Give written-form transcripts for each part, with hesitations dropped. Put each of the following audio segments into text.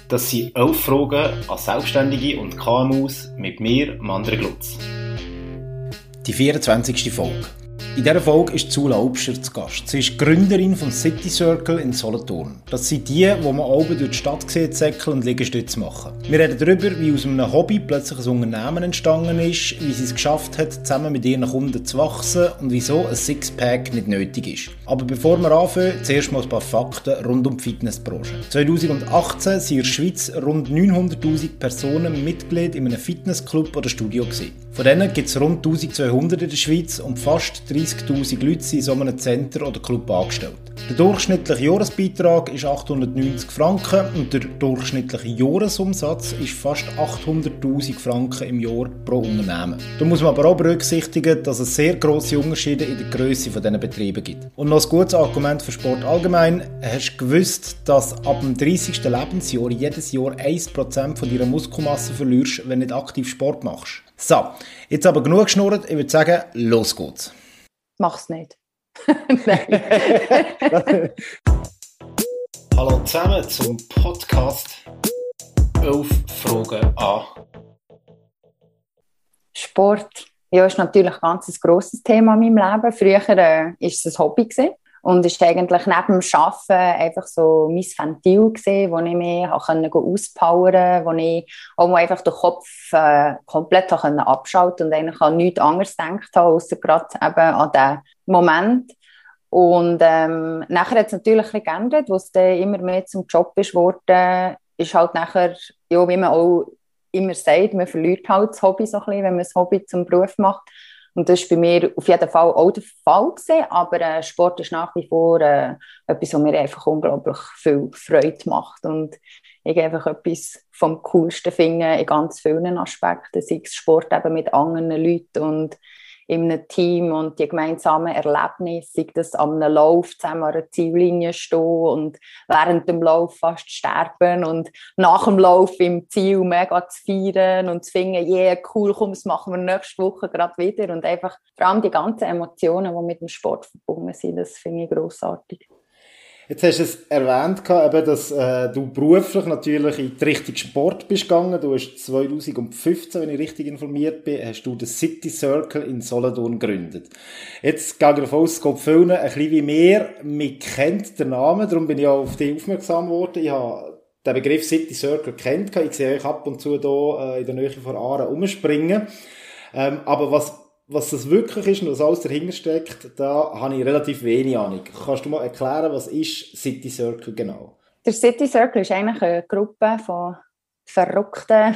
Das sind 11 Fragen an Selbstständige und KMUs mit mir, Mandre Glutz. Die 24. Folge. In dieser Folge ist Zula Obscher zu Gast. Sie ist Gründerin von City Circle in Solothurn. Das sind die man oben durch die Stadt sieht, säckeln und Liegestütze machen. Wir reden darüber, wie aus einem Hobby plötzlich ein Unternehmen entstanden ist, wie sie es geschafft hat, zusammen mit ihren Kunden zu wachsen und wieso ein Sixpack nicht nötig ist. Aber bevor wir anfangen, zuerst mal ein paar Fakten rund um die Fitnessbranche. 2018 waren in der Schweiz rund 900'000 Personen Mitglied in einem Fitnessclub oder Studio gewesen. Von denen gibt es rund 1200 in der Schweiz und fast 30'000 Leute sind in so einem Center oder Club angestellt. Der durchschnittliche Jahresbeitrag ist 890 Franken und der durchschnittliche Jahresumsatz ist fast 800'000 Franken im Jahr pro Unternehmen. Da muss man aber auch berücksichtigen, dass es sehr grosse Unterschiede in der Grösse dieser Betriebe gibt. Und noch ein gutes Argument für Sport allgemein. Hast du gewusst, dass ab dem 30. Lebensjahr jedes Jahr 1% von deiner Muskelmasse verlierst, wenn du nicht aktiv Sport machst? So, jetzt aber genug geschnurrt. Ich würde sagen, los geht's. Mach's nicht. Hallo zusammen zum Podcast 11 Fragen an. Sport. Ja, ist natürlich ein ganz grosses Thema in meinem Leben. Früher war es ein Hobby gewesen. Und es war eigentlich neben dem Arbeiten einfach so mein Ventil gewesen, wo ich mich auspowern konnte, wo ich auch mal einfach den Kopf komplett abschalten und eigentlich an nichts anderes gedacht habe, ausser gerade eben an den Moment. Und nachher hat es natürlich ein bisschen geändert, wo es dann immer mehr zum Job ist geworden, ist halt nachher, ja, wie man auch immer sagt, man verliert halt das Hobby so ein bisschen, wenn man das Hobby zum Beruf macht. Und das war bei mir auf jeden Fall auch der Fall gewesen, aber Sport ist nach wie vor etwas, was mir einfach unglaublich viel Freude macht und ich einfach etwas vom Coolsten finde in ganz vielen Aspekten, sei es Sport eben mit anderen Leuten und in einem Team und die gemeinsamen Erlebnisse, sei das an einem Lauf zusammen an einer Ziellinie stehen und während dem Lauf fast sterben und nach dem Lauf im Ziel mega zu feiern und zu finden, yeah, cool, komm, das machen wir nächste Woche gerade wieder und einfach vor allem die ganzen Emotionen, die mit dem Sport verbunden sind, das finde ich grossartig. Jetzt hast du es erwähnt, dass du beruflich natürlich in die Richtung Sport bist gegangen. Du hast 2015, wenn ich richtig informiert bin, hast du den City Circle in Solothurn gegründet. Jetzt gehe ich davon aus, es geht vielen ein bisschen wie mir. Man kennt den Namen, darum bin ich auch auf dich aufmerksam geworden. Ich habe den Begriff City Circle kennt. Ich sehe euch ab und zu hier in der Nähe von Aaren rumspringen. Aber was das wirklich ist und was alles dahinter steckt, da habe ich relativ wenig Ahnung. Kannst du mal erklären, was ist City Circle genau? Der City Circle ist eigentlich eine Gruppe von verrückten,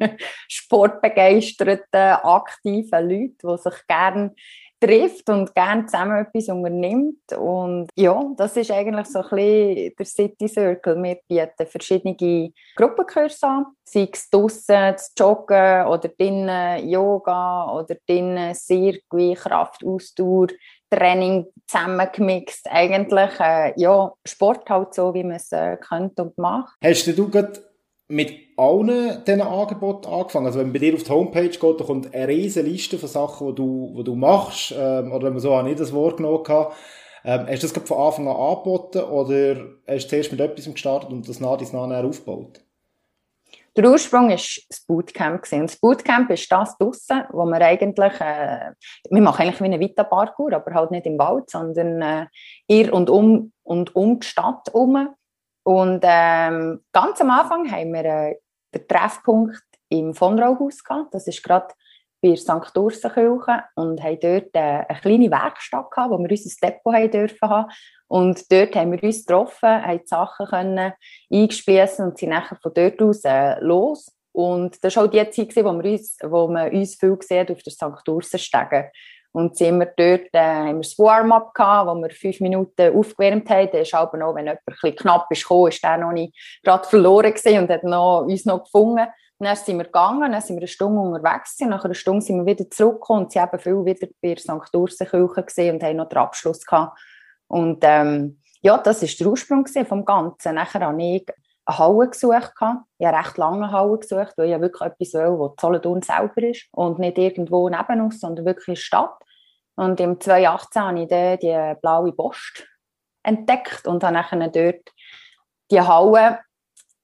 sportbegeisterten, aktiven Leuten, die sich gerne trifft und gerne zusammen etwas unternimmt. Und ja, das ist eigentlich so ein bisschen der City Circle. Wir bieten verschiedene Gruppenkurse an, sei es draussen zu joggen oder drinnen Yoga oder drinnen Circuit, Kraft, Ausdauer, Training zusammengemixt. Eigentlich ja, Sport halt so, wie man es könnte und macht. Hast du gerade mit allen diesen Angeboten angefangen? Also wenn man bei dir auf die Homepage geht, da kommt eine riesige Liste von Sachen, die du machst, oder wenn man so nicht das Wort genommen hat. Hast du das von Anfang an angeboten oder hast du zuerst mit etwas gestartet und das nach aufgebaut? Der Ursprung war das Bootcamp. Und das Bootcamp ist das draussen, wo wir eigentlich, wir machen eigentlich wie eine Vita-Parkour, aber halt nicht im Wald, sondern in und um die Stadt herum. Und ganz am Anfang haben wir den Treffpunkt im von Rauhaus gehabt. Das ist gerade bei St. Ursenkirche und haben dort eine kleine Werkstatt gehabt, wo wir unser Depot haben dürfen. Und dort haben wir uns getroffen, haben die Sachen können eingespissen und sind nachher von dort aus los. Und das war auch die Zeit, wo man uns viel gesehen hat auf der St. Ursenstege. Und sind wir dort, haben wir das Warm-up gehabt, wo wir 5 Minuten aufgewärmt haben. Der ist aber noch, wenn jemand ein bisschen knapp ist gekommen, ist der noch nicht gerade verloren gewesen und hat uns noch gefunden. Und dann sind wir gegangen, dann sind wir eine Stunde unterwegs gewesen. Nach einer Stunde sind wir wieder zurückgekommen und sie haben viel wieder bei St. Ursenkirche gesehen und haben noch den Abschluss gehabt. Und ja, das war der Ursprung vom Ganzen. Nachher habe ich eine Halle gesucht. Ich habe recht lange eine Halle gesucht, weil ich wirklich etwas will, das Solothurn selber ist und nicht irgendwo neben uns, sondern wirklich in der Stadt. Und im 2018 habe ich dann die blaue Post entdeckt und habe dann dort die Halle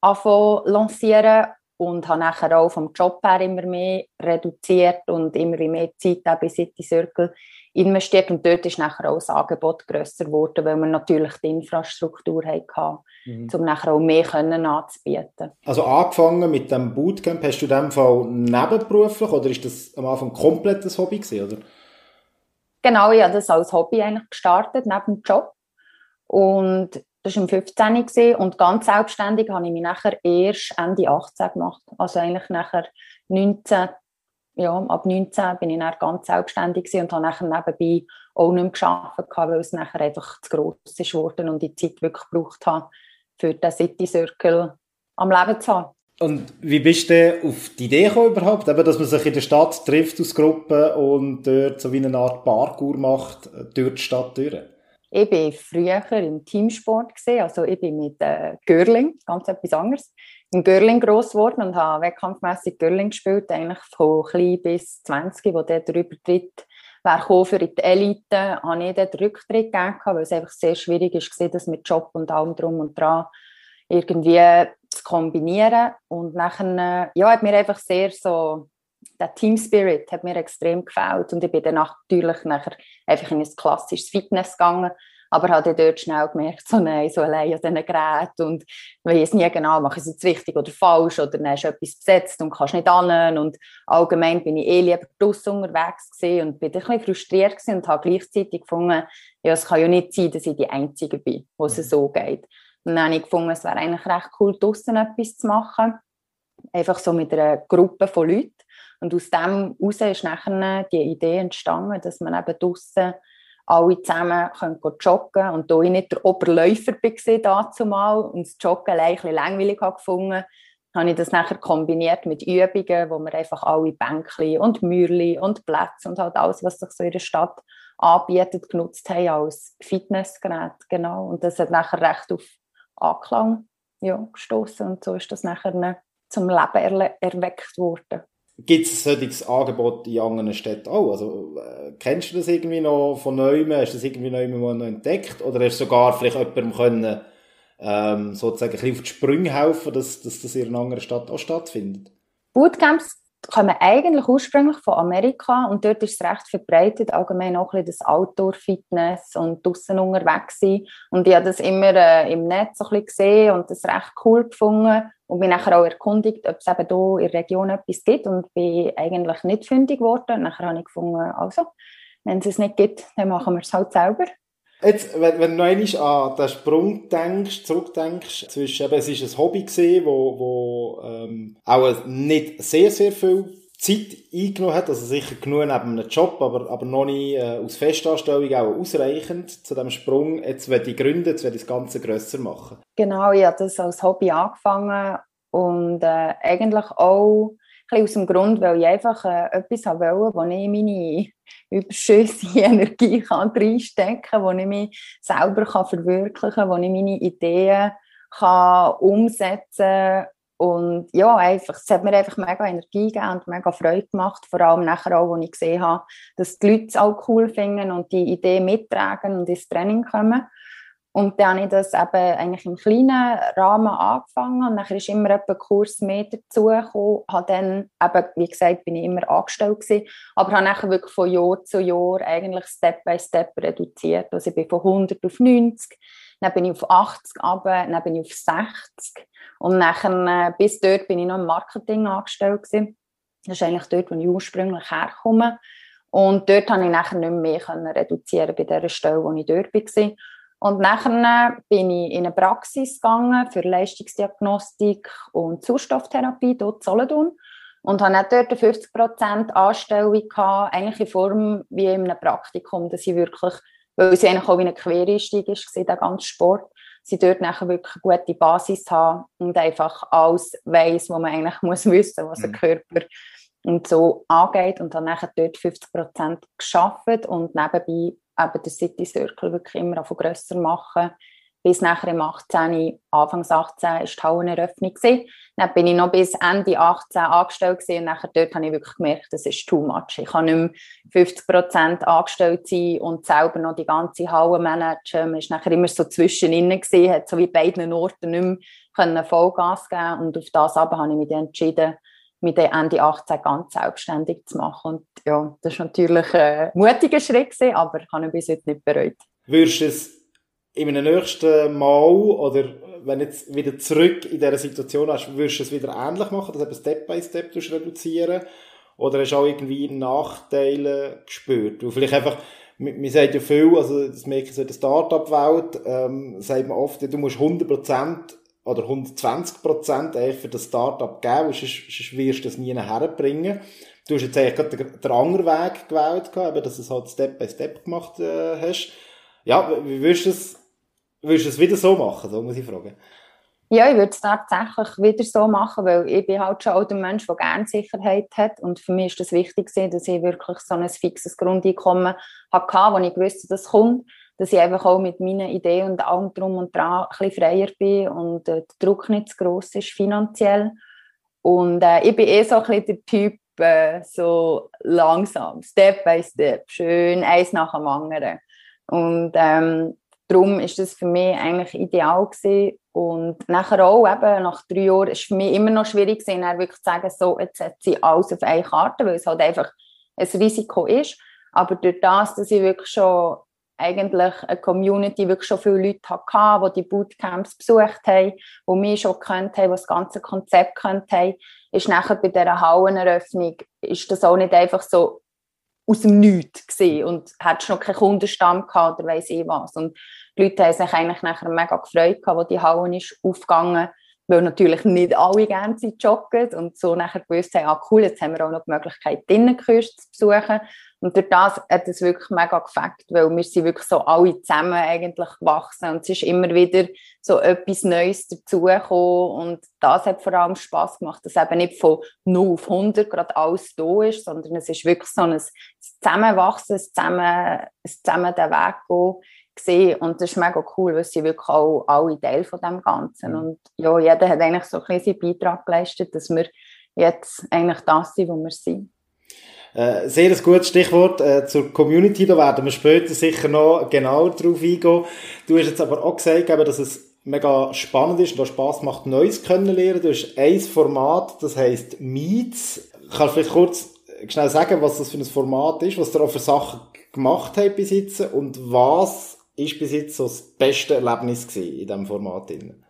lancieren und habe nachher auch vom Job her immer mehr reduziert und immer mehr Zeit auch bei City Circle investiert. Und dort ist nachher auch das Angebot grösser geworden, weil wir natürlich die Infrastruktur hatten, um nachher auch mehr anzubieten. Also angefangen mit dem Bootcamp, hast du in dem Fall nebenberuflich oder ist das am Anfang komplett ein Hobby gewesen, oder? Genau, ich habe das als Hobby eigentlich gestartet, neben dem Job. Und das war im 15. gewesen. Und ganz selbstständig habe ich mich nachher erst Ende 18 gemacht. Also eigentlich nachher 19, ja, ab 19 bin ich dann ganz selbstständig gewesen und habe nachher nebenbei auch nicht mehr gearbeitet, weil es nachher einfach zu gross ist geworden und ich Zeit wirklich gebraucht habe, für den City Circle am Leben zu haben. Und wie bist du auf die Idee gekommen überhaupt, eben, dass man sich in der Stadt trifft aus Gruppen und dort so wie eine Art Parkour macht, durch die Stadt durch? Ich war früher im Teamsport, also ich bin mit Curling, ganz etwas anderes, im Curling gross geworden und habe wettkampfmässig Curling gespielt, eigentlich von klein bis 20, wo der Übertritt wäre für die Elite, habe ich den Rücktritt gegeben, weil es einfach sehr schwierig war, das mit Job und allem drum und dran irgendwie zu kombinieren. Und nachher, ja, hat mir einfach sehr so, der Team Spirit hat mir extrem gefällt und ich bin dann natürlich nachher einfach in ein klassisches Fitness gegangen, aber habe dort schnell gemerkt, so nein, so allein an diesen Geräten und ich weiss nie genau, mache ich es jetzt richtig oder falsch oder dann hast du etwas besetzt und kannst nicht hin und allgemein bin ich lieber draussen unterwegs gewesen und bin ein bisschen frustriert gewesen und habe gleichzeitig gefunden, ja, es kann ja nicht sein, dass ich die Einzige bin, wo es so geht. Und dann habe ich gefunden, es wäre eigentlich recht cool, draussen etwas zu machen, einfach so mit einer Gruppe von Leuten. Und aus dem heraus ist nachher die Idee entstanden, dass man eben draussen alle zusammen joggen können. Und da ich nicht der Oberläufer war dazumal und das Joggen ein bisschen langweilig gefunden, habe ich das nachher kombiniert mit Übungen, wo wir einfach alle Bänkchen und Mäuerchen und Plätze und halt alles, was sich so in der Stadt anbietet, genutzt haben als Fitnessgerät. Genau. Und das hat nachher recht auf Anklang gestossen und so ist das nachher zum Leben erweckt worden. Gibt es ein solches Angebot in anderen Städten auch? Also, kennst du das irgendwie noch von neuem? Hast du das irgendwie noch entdeckt? Oder hast du sogar vielleicht jemandem können, sozusagen ein bisschen auf die Sprünge helfen, dass das in einer anderen Stadt auch stattfindet? Bootcamps kommen eigentlich ursprünglich von Amerika und dort ist es recht verbreitet, allgemein auch ein bisschen das Outdoor-Fitness und draussen unterwegs sein. Und ich habe das immer im Netz so ein bisschen gesehen und das recht cool gefunden und bin nachher auch erkundigt, ob es eben hier in der Region etwas gibt und bin eigentlich nicht fündig geworden. Nachher habe ich gefunden, also, wenn es nicht gibt, dann machen wir es halt selber. Jetzt, wenn du noch einmal an den Sprung zurückdenkst, zwischen, eben, es war ein Hobby gewesen, wo auch nicht sehr, sehr viel Zeit eingenommen hat, also sicher genug neben einem Job, aber noch nicht aus Festanstellung auch ausreichend zu diesem Sprung. Jetzt will ich gründen, jetzt will ich das Ganze grösser machen. Genau, ich habe das als Hobby angefangen und eigentlich auch ein bisschen aus dem Grund, weil ich einfach etwas wollte, wo ich meine überschüssige Energie reinstecken kann, wo ich mich selber verwirklichen kann, wo ich meine Ideen umsetzen kann. Und ja, einfach, es hat mir einfach mega Energie gegeben und mega Freude gemacht, vor allem nachher auch, als ich gesehen habe, dass die Leute es auch cool finden und die Idee mittragen und ins Training kommen. Und dann habe ich das eben eigentlich im kleinen Rahmen angefangen und dann ist immer etwa ein Kurs mehr dazugekommen. Habe dann eben, wie gesagt, bin ich immer angestellt gewesen, aber habe nachher wirklich von Jahr zu Jahr eigentlich Step by Step reduziert. Also ich bin von 100 auf 90, dann bin ich auf 80 runter, dann bin ich auf 60 und nachher, bis dort bin ich noch im Marketing angestellt gewesen. Das ist eigentlich dort, wo ich ursprünglich herkomme. Und dort konnte ich nachher nicht mehr reduzieren bei dieser Stelle, wo ich dort war. Und nachher bin ich in eine Praxis gegangen für Leistungsdiagnostik und Sauerstofftherapie dort in Solothurn und habe auch dort eine 50% Anstellung gehabt, eigentlich in Form wie in einem Praktikum, dass ich wirklich, weil es eigentlich auch wie ein Quereinstieg war, der ganze Sport, dass ich dort nachher wirklich eine gute Basis habe und einfach alles weiss, was man eigentlich muss wissen, was der Körper und so angeht und habe nachher dort 50% gearbeitet und nebenbei eben den City Circle wirklich immer grösser machen, bis nachher im 18, Anfangs 18 war die Halleneröffnung gewesen. Dann bin ich noch bis Ende 18 angestellt gewesen und nachher dort habe ich wirklich gemerkt, das ist too much. Ich kann nicht mehr 50% angestellt sein und selber noch die ganze Halle managen. Man war nachher immer so zwischeninnen gewesen, hat so wie beiden Orten nicht mehr Vollgas geben und auf das aber habe ich mich dann entschieden, mit Ende 18 ganz selbstständig zu machen. Und ja, das war natürlich ein mutiger Schritt gewesen, aber ich habe ihn bis heute nicht bereut. Würdest du es in einem nächsten Mal oder wenn du jetzt wieder zurück in dieser Situation hast, würdest du es wieder ähnlich machen, dass eben Step by Step reduzieren? Oder hast du auch irgendwie Nachteile gespürt? Weil vielleicht einfach, man sagt ja viel, also das merke ich so in der Start-up-Welt, sagt man oft, du musst 100% oder 120% eigentlich für das Start-up geben, sonst wirst du das nie herbringen. Du hast jetzt eigentlich gerade den anderen Weg gewählt, eben, dass du es halt Step by Step gemacht hast. Ja, wie würdest du es wieder so machen, so muss ich fragen? Ja, ich würde es tatsächlich wieder so machen, weil ich bin halt schon auch der Mensch, der gerne Sicherheit hat und für mich ist das wichtig gewesen, dass ich wirklich so ein fixes Grundeinkommen hatte, wo ich wusste, dass es kommt, dass ich einfach auch mit meinen Ideen und allem drum und dran ein bisschen freier bin und der Druck nicht zu gross ist finanziell. Und ich bin so ein bisschen der Typ, so langsam, Step by Step, schön, eins nach dem anderen. Und darum ist das für mich eigentlich ideal gewesen. Und nachher auch, eben, nach 3 Jahren, ist es für mich immer noch schwierig gewesen, dann wirklich zu sagen, so, jetzt setze ich alles auf eine Karte, weil es halt einfach ein Risiko ist. Aber durch das, dass ich wirklich schon eigentlich eine Community, wirklich schon viele Leute hatte, die Bootcamps besucht haben, die mich schon gekannt haben, die das ganze Konzept gekannt haben, ist nachher bei dieser Halleneröffnung, ist das auch nicht einfach so aus dem Nichts gewesen und hattest noch keinen Kundenstamm gehabt oder weiss ich was. Und die Leute haben sich eigentlich nachher mega gefreut, als die Halle ist aufgegangen, weil natürlich nicht alle gerne joggen und so nachher gewusst haben, cool, jetzt haben wir auch noch die Möglichkeit, die Innenkurse zu besuchen. Und durch das hat es wirklich mega gefällt, weil wir sind wirklich so alle zusammen eigentlich gewachsen und es ist immer wieder so etwas Neues dazugekommen und das hat vor allem Spass gemacht, dass eben nicht von 0 auf 100 gerade alles da ist, sondern es ist wirklich so ein Zusammenwachsen, ein zusammen den Weg gehen gesehen und das ist mega cool, weil sie wirklich auch alle Teil von dem Ganzen und ja, jeder hat eigentlich so ein bisschen seinen Beitrag geleistet, dass wir jetzt eigentlich das sind, wo wir sind. Sehr ein gutes Stichwort zur Community, da werden wir später sicher noch genauer drauf eingehen. Du hast jetzt aber auch gesagt, dass es mega spannend ist und auch Spass macht, Neues kennenlernen. Du hast ein Format, das heisst Meets. Kannst du vielleicht kurz schnell sagen, was das für ein Format ist, was ihr auch für Sachen gemacht habt bis jetzt und was ist bis jetzt so das beste Erlebnis gewesen in diesem Format?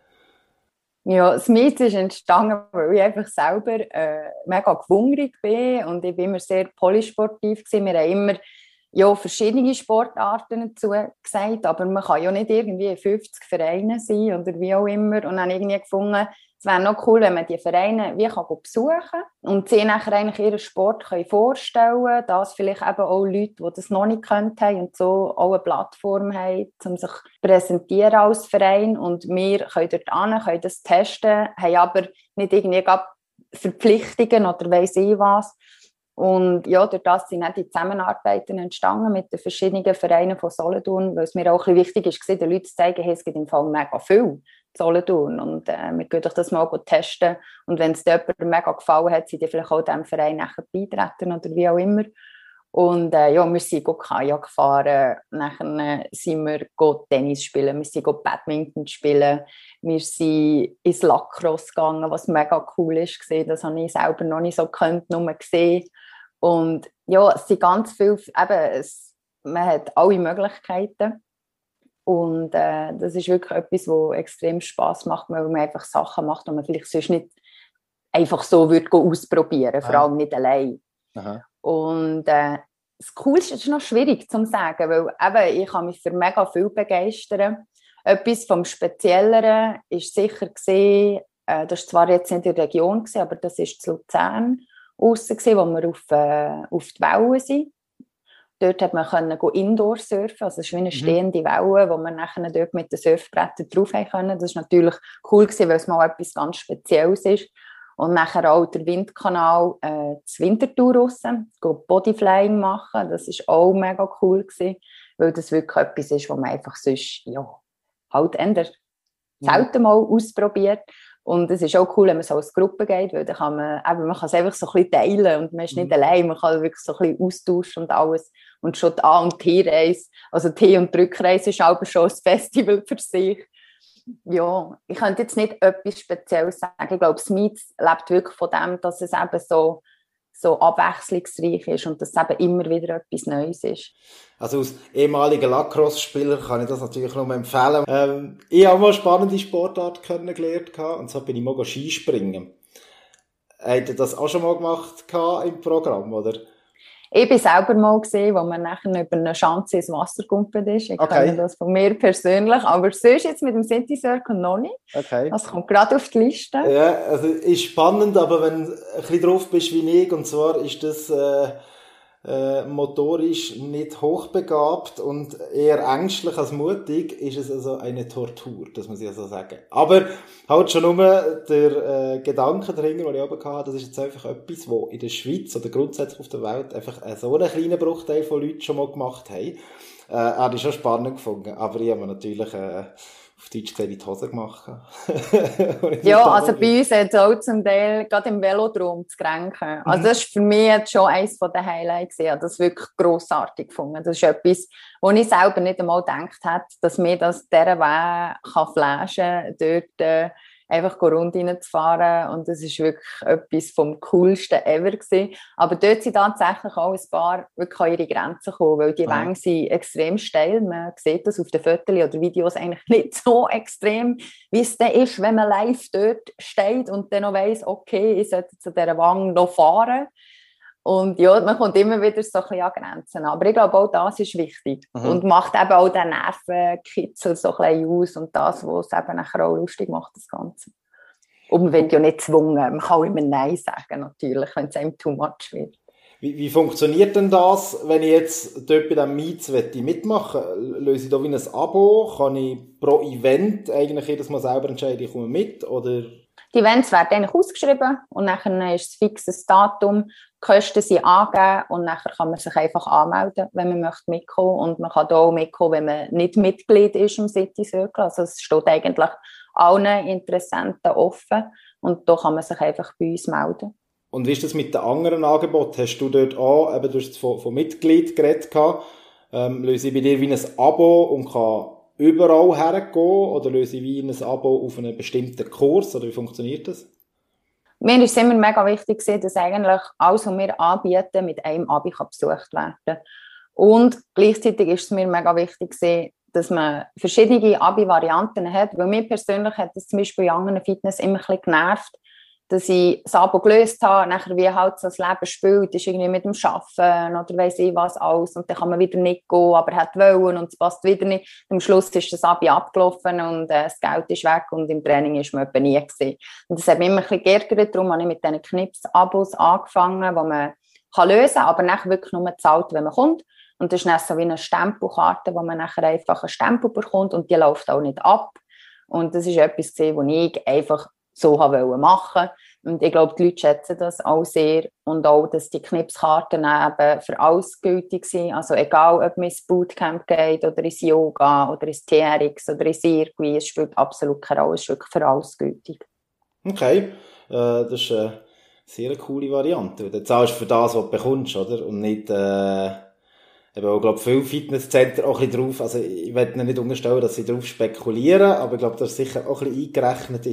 Ja, das Meets ist entstanden, weil ich einfach selber mega gewungrig bin und ich bin immer sehr polysportiv gewesen. Wir haben immer verschiedene Sportarten dazu gesagt, aber man kann ja nicht irgendwie 50 Vereine sein oder wie auch immer. Und dann habe ich irgendwie gefunden, es wäre noch cool, wenn man die Vereine wie kann besuchen kann und sie nachher eigentlich ihren Sport vorstellen können, dass vielleicht eben auch Leute, die das noch nicht gekannt haben und so auch eine Plattform haben, um sich zu präsentieren als Verein und wir können dort hin, können das testen, haben aber nicht irgendwie Verpflichtungen oder weiss ich was. Und ja, durch das sind auch die Zusammenarbeiten entstanden mit den verschiedenen Vereinen von Solothurn, weil es mir auch ein bisschen wichtig war, den Leuten zu zeigen, hey, es gibt im Fall mega viel Solothurn und wir können das mal testen und wenn es dir jemandem mega gefallen hat, sind die vielleicht auch diesem Verein nachher beitreten oder wie auch immer. Und wir sind Kajak gefahren, nachher sind wir Tennis spielen, wir sind Badminton spielen, wir sind ins Lacrosse gegangen, was mega cool ist, das habe ich selber noch nicht so gekannt, nur gesehen. Und ja, es sind ganz viele, man hat alle Möglichkeiten. Und das ist wirklich etwas, was extrem Spass macht, weil man einfach Sachen macht, die man vielleicht sonst nicht einfach so ausprobieren würde, vor allem nicht allein. Aha. Und das Coolste ist noch schwierig zu sagen, weil ich kann mich für mega viel begeistern. Etwas vom Spezielleren ist sicher gesehen, das war zwar jetzt nicht in der Region, aber das war zu Luzern aussen, wo wir auf die Wellen sind. Dort hat man Indoor surfen, also es ist wie eine stehende Welle, wo man nachher dort mit den Surfbrettern drauf können. Das war natürlich cool gewesen, weil es mal etwas ganz Spezielles ist. Und nachher auch der Windkanal das Winterthur raus, Bodyflying machen. Das war auch mega cool gewesen, weil das wirklich etwas ist, was man einfach sonst halt eher selten mal ausprobiert. Und es ist auch cool, wenn man so als Gruppe geht, weil dann kann man kann es einfach so ein bisschen teilen und man ist nicht allein, man kann wirklich so ein bisschen austauschen und alles. Und schon die An- und die Hinreise, also die Hin- und die Rückreise ist aber schon ein Festival für sich. Ja, ich könnte jetzt nicht etwas Spezielles sagen. Ich glaube, das Meets lebt wirklich von dem, dass es eben so abwechslungsreich ist und dass es eben immer wieder etwas Neues ist. Also als ehemaliger Lacrosse-Spieler kann ich das natürlich nur empfehlen. Ich habe mal eine spannende Sportart kennengelernt und so bin ich mal Skispringen. Habt ihr das auch schon mal gemacht im Programm, oder? Ich bin selber mal gesehen, wo man nachher über eine Schanze ins Wasser gekumpelt ist. Ich kenne das von mir persönlich, aber sonst jetzt mit dem City Circle noch nicht. Okay. Das kommt gerade auf die Liste. Ja, also ist spannend, aber wenn du ein bisschen drauf bist wie ich, und zwar ist das motorisch nicht hochbegabt und eher ängstlich als mutig, ist es also eine Tortur, das muss ich also sagen. Aber halt schon nur der Gedanke dahinter, den ich oben hatte, das ist jetzt einfach etwas, was in der Schweiz oder grundsätzlich auf der Welt einfach so einen kleinen Bruchteil von Leuten schon mal gemacht haben. Habe ich schon spannend gefunden, aber ich habe mir natürlich auf Deutsch gesehen in die Hose gemacht. Ja, also bei uns hat es auch zum Teil gerade im Velodrom zu kränken. Also das ist für mich jetzt schon eines der Highlights. Ich habe das wirklich grossartig gefunden. Das ist etwas, wo ich selber nicht einmal gedacht hätte, dass mir das dieser Weg flashen kann, dort einfach rund reinzufahren. Und das ist wirklich etwas vom Coolsten ever gewesen. Aber dort sind tatsächlich auch ein paar wirklich an ihre Grenzen gekommen, weil die Wänge sind extrem steil. Man sieht das auf den Fotos oder Videos eigentlich nicht so extrem, wie es dann ist, wenn man live dort steht und dann noch weiss, okay, ich sollte zu dieser Wange noch fahren. Und ja, man kommt immer wieder so ein bisschen an Grenzen. Aber ich glaube, auch das ist wichtig. Und macht eben auch den Nervenkitzel so ein bisschen aus und das, was es eben nachher auch lustig macht, das Ganze. Und man wird ja nicht gezwungen. Man kann auch immer Nein sagen, natürlich, wenn es einem too much wird. Wie funktioniert denn das, wenn ich jetzt dort bei diesem Meets mitmachen möchte? Löse ich da wie ein Abo? Kann ich pro Event eigentlich jedes Mal selber entscheiden, ich komme mit? Oder? Die Events werden eigentlich ausgeschrieben und nachher ist ein fixes Datum, die Kosten sind angegeben und nachher kann man sich einfach anmelden, wenn man möchte mitkommen. Und man kann da auch mitkommen, wenn man nicht Mitglied ist im City Circle. Also es steht eigentlich allen Interessenten offen und da kann man sich einfach bei uns melden. Und wie ist das mit den anderen Angeboten? Hast du dort auch, eben du hast von Mitglied geredet gehabt, löse ich bei dir wie ein Abo und kann überall hergehen oder löse ich wie ein Abo auf einen bestimmten Kurs oder wie funktioniert das? Mir ist es immer mega wichtig, dass eigentlich alles, was wir anbieten, mit einem Abi besucht werden kann. Und gleichzeitig ist es mir mega wichtig, dass man verschiedene Abi-Varianten hat, weil mir persönlich hat das zum Beispiel in anderen Fitness immer ein bisschen genervt, dass ich das Abo gelöst habe, nachher wie halt so das Leben spielt, ist irgendwie mit dem Arbeiten oder weiss ich was alles und dann kann man wieder nicht gehen, aber hat wollen und es passt wieder nicht. Am Schluss ist das Abi abgelaufen und das Geld ist weg und im Training ist man etwa nie gewesen. Und das hat mich immer ein bisschen geärgert, darum habe ich mit diesen Knips-Abos angefangen, wo man kann lösen kann, aber nachher wirklich nur zahlt, wenn man kommt. Und das ist dann so wie eine Stempelkarte, wo man nachher einfach einen Stempel bekommt und die läuft auch nicht ab. Und das ist etwas, was ich einfach so machen wollte. Und ich glaube, die Leute schätzen das auch sehr. Und auch, dass die Knipskarten eben für alles gültig sind. Also egal, ob man ins Bootcamp geht oder ins Yoga oder ins TRX oder ins Circuit, es spielt absolut keine Rolle, es ist wirklich für alles gültig. Okay, das ist eine sehr coole Variante. Du zahlst für das, was du bekommst, oder? Und nicht... eben auch, glaube viele Fitnesscenter auch ein bisschen drauf, also ich will ihnen nicht unterstellen, dass sie drauf spekulieren, aber ich glaube, das ist sicher auch ein bisschen eingerechnet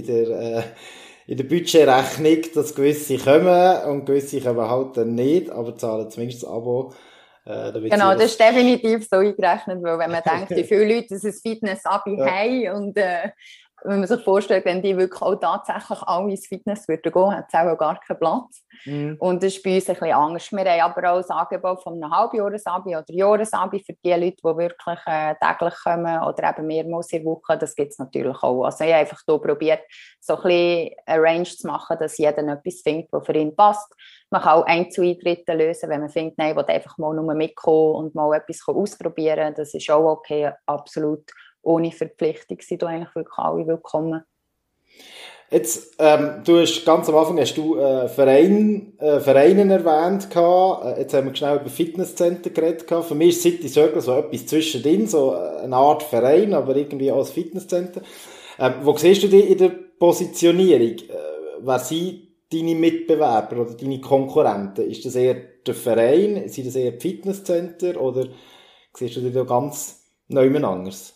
in der Budgetrechnung, dass gewisse kommen und gewisse kommen halt dann nicht, aber zahlen zumindest das Abo. Genau, das ist definitiv so eingerechnet, weil wenn man denkt, wie viele Leute ein Fitness-Abi haben und wenn man sich vorstellt, wenn die wirklich auch tatsächlich alle ins Fitness würden gehen, hat es auch gar keinen Platz. Und das ist bei uns ein bisschen anders. Wir haben aber auch ein Angebot von einem Halbjahresabi oder Jahresabi für die Leute, die wirklich täglich kommen oder eben mehrmals in der Woche. Das gibt es natürlich auch. Also ich habe einfach hier probiert, so ein bisschen Range zu machen, dass jeder etwas findet, was für ihn passt. Man kann auch Einzeleintritte lösen, wenn man findet, nein, ich will einfach mal nur mitkommen und mal etwas ausprobieren. Das ist auch okay, absolut ohne Verpflichtung sind da eigentlich wirklich alle willkommen. Jetzt, du hast ganz am Anfang Vereine erwähnt gehabt. Jetzt haben wir schnell über Fitnesscenter geredet gehabt. Für mich ist City Circle so etwas zwischendrin, so eine Art Verein, aber irgendwie auch ein Fitnesscenter. Wo siehst du dich in der Positionierung? Wer sind deine Mitbewerber oder deine Konkurrenten? Ist das eher der Verein? Sind das eher die Fitnesscenter? Oder siehst du dich da ganz neu anders?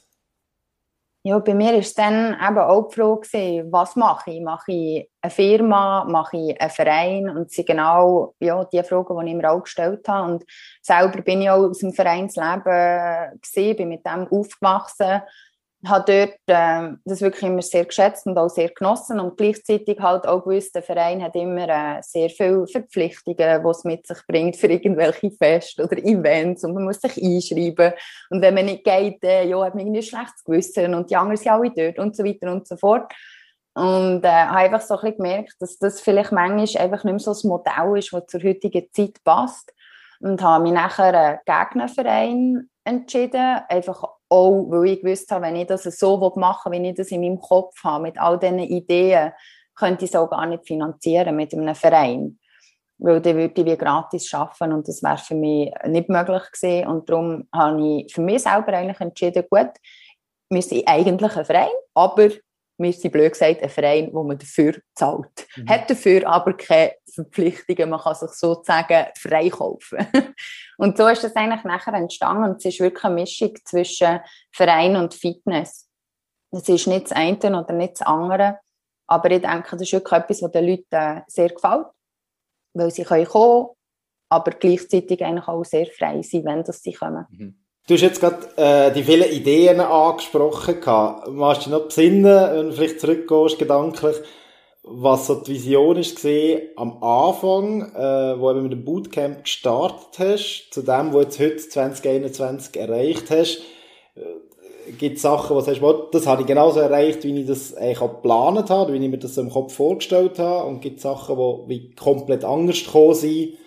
Ja, bei mir war es dann eben auch die Frage, was mache ich? Mache ich eine Firma? Mache ich einen Verein? Und das sind genau die Fragen, die ich mir auch gestellt habe. Und selber bin ich auch aus dem Vereinsleben gewesen, bin mit dem aufgewachsen, habe dort das wirklich immer sehr geschätzt und auch sehr genossen und gleichzeitig halt auch gewusst, der Verein hat immer sehr viele Verpflichtungen, die es mit sich bringt für irgendwelche Feste oder Events und man muss sich einschreiben und wenn man nicht geht, hat man irgendwie ein schlechtes Gewissen und die anderen sind alle dort und so weiter und so fort. Und habe einfach so ein bisschen gemerkt, dass das vielleicht manchmal einfach nicht mehr so ein Modell ist, das zur heutigen Zeit passt. Und habe mich nachher gegen einen Verein entschieden, einfach auch, weil ich gewusst habe, wenn ich das so machen will, wie ich das in meinem Kopf habe, mit all diesen Ideen, könnte ich es auch gar nicht finanzieren mit einem Verein. Weil dann würde ich wie gratis arbeiten und das wäre für mich nicht möglich gewesen. Und darum habe ich für mich selber eigentlich entschieden, gut, wir sind eigentlich ein Verein, aber wir sind blöd gesagt ein Verein, wo man dafür zahlt. Hat dafür aber keine Verpflichtungen, man kann sich sozusagen freikaufen. Und so ist das eigentlich nachher entstanden und es ist wirklich eine Mischung zwischen Verein und Fitness. Es ist nicht das eine oder nicht das andere, aber ich denke, das ist wirklich etwas, was den Leuten sehr gefällt, weil sie kommen können, aber gleichzeitig eigentlich auch sehr frei sein, wenn sie kommen. Du hast jetzt gerade die vielen Ideen angesprochen. Magst du dich noch besinnen, wenn du vielleicht zurückgehst, gedanklich, was so die Vision war am Anfang, wo du mit dem Bootcamp gestartet hast, zu dem, wo du jetzt heute 2021 erreicht hast? Gibt es Sachen, wo du sagst, das habe ich genauso erreicht, wie ich das eigentlich auch geplant habe, wie ich mir das so im Kopf vorgestellt habe? Und gibt es Sachen, die komplett anders gekommen sind,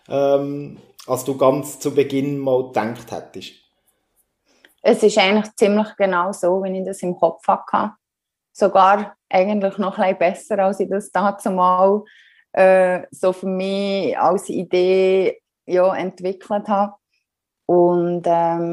als du ganz zu Beginn mal gedacht hättest? Es ist eigentlich ziemlich genau so, wie ich das im Kopf hatte. Sogar eigentlich noch ein bisschen besser, als ich das dazumal so für mich als Idee entwickelt habe. Und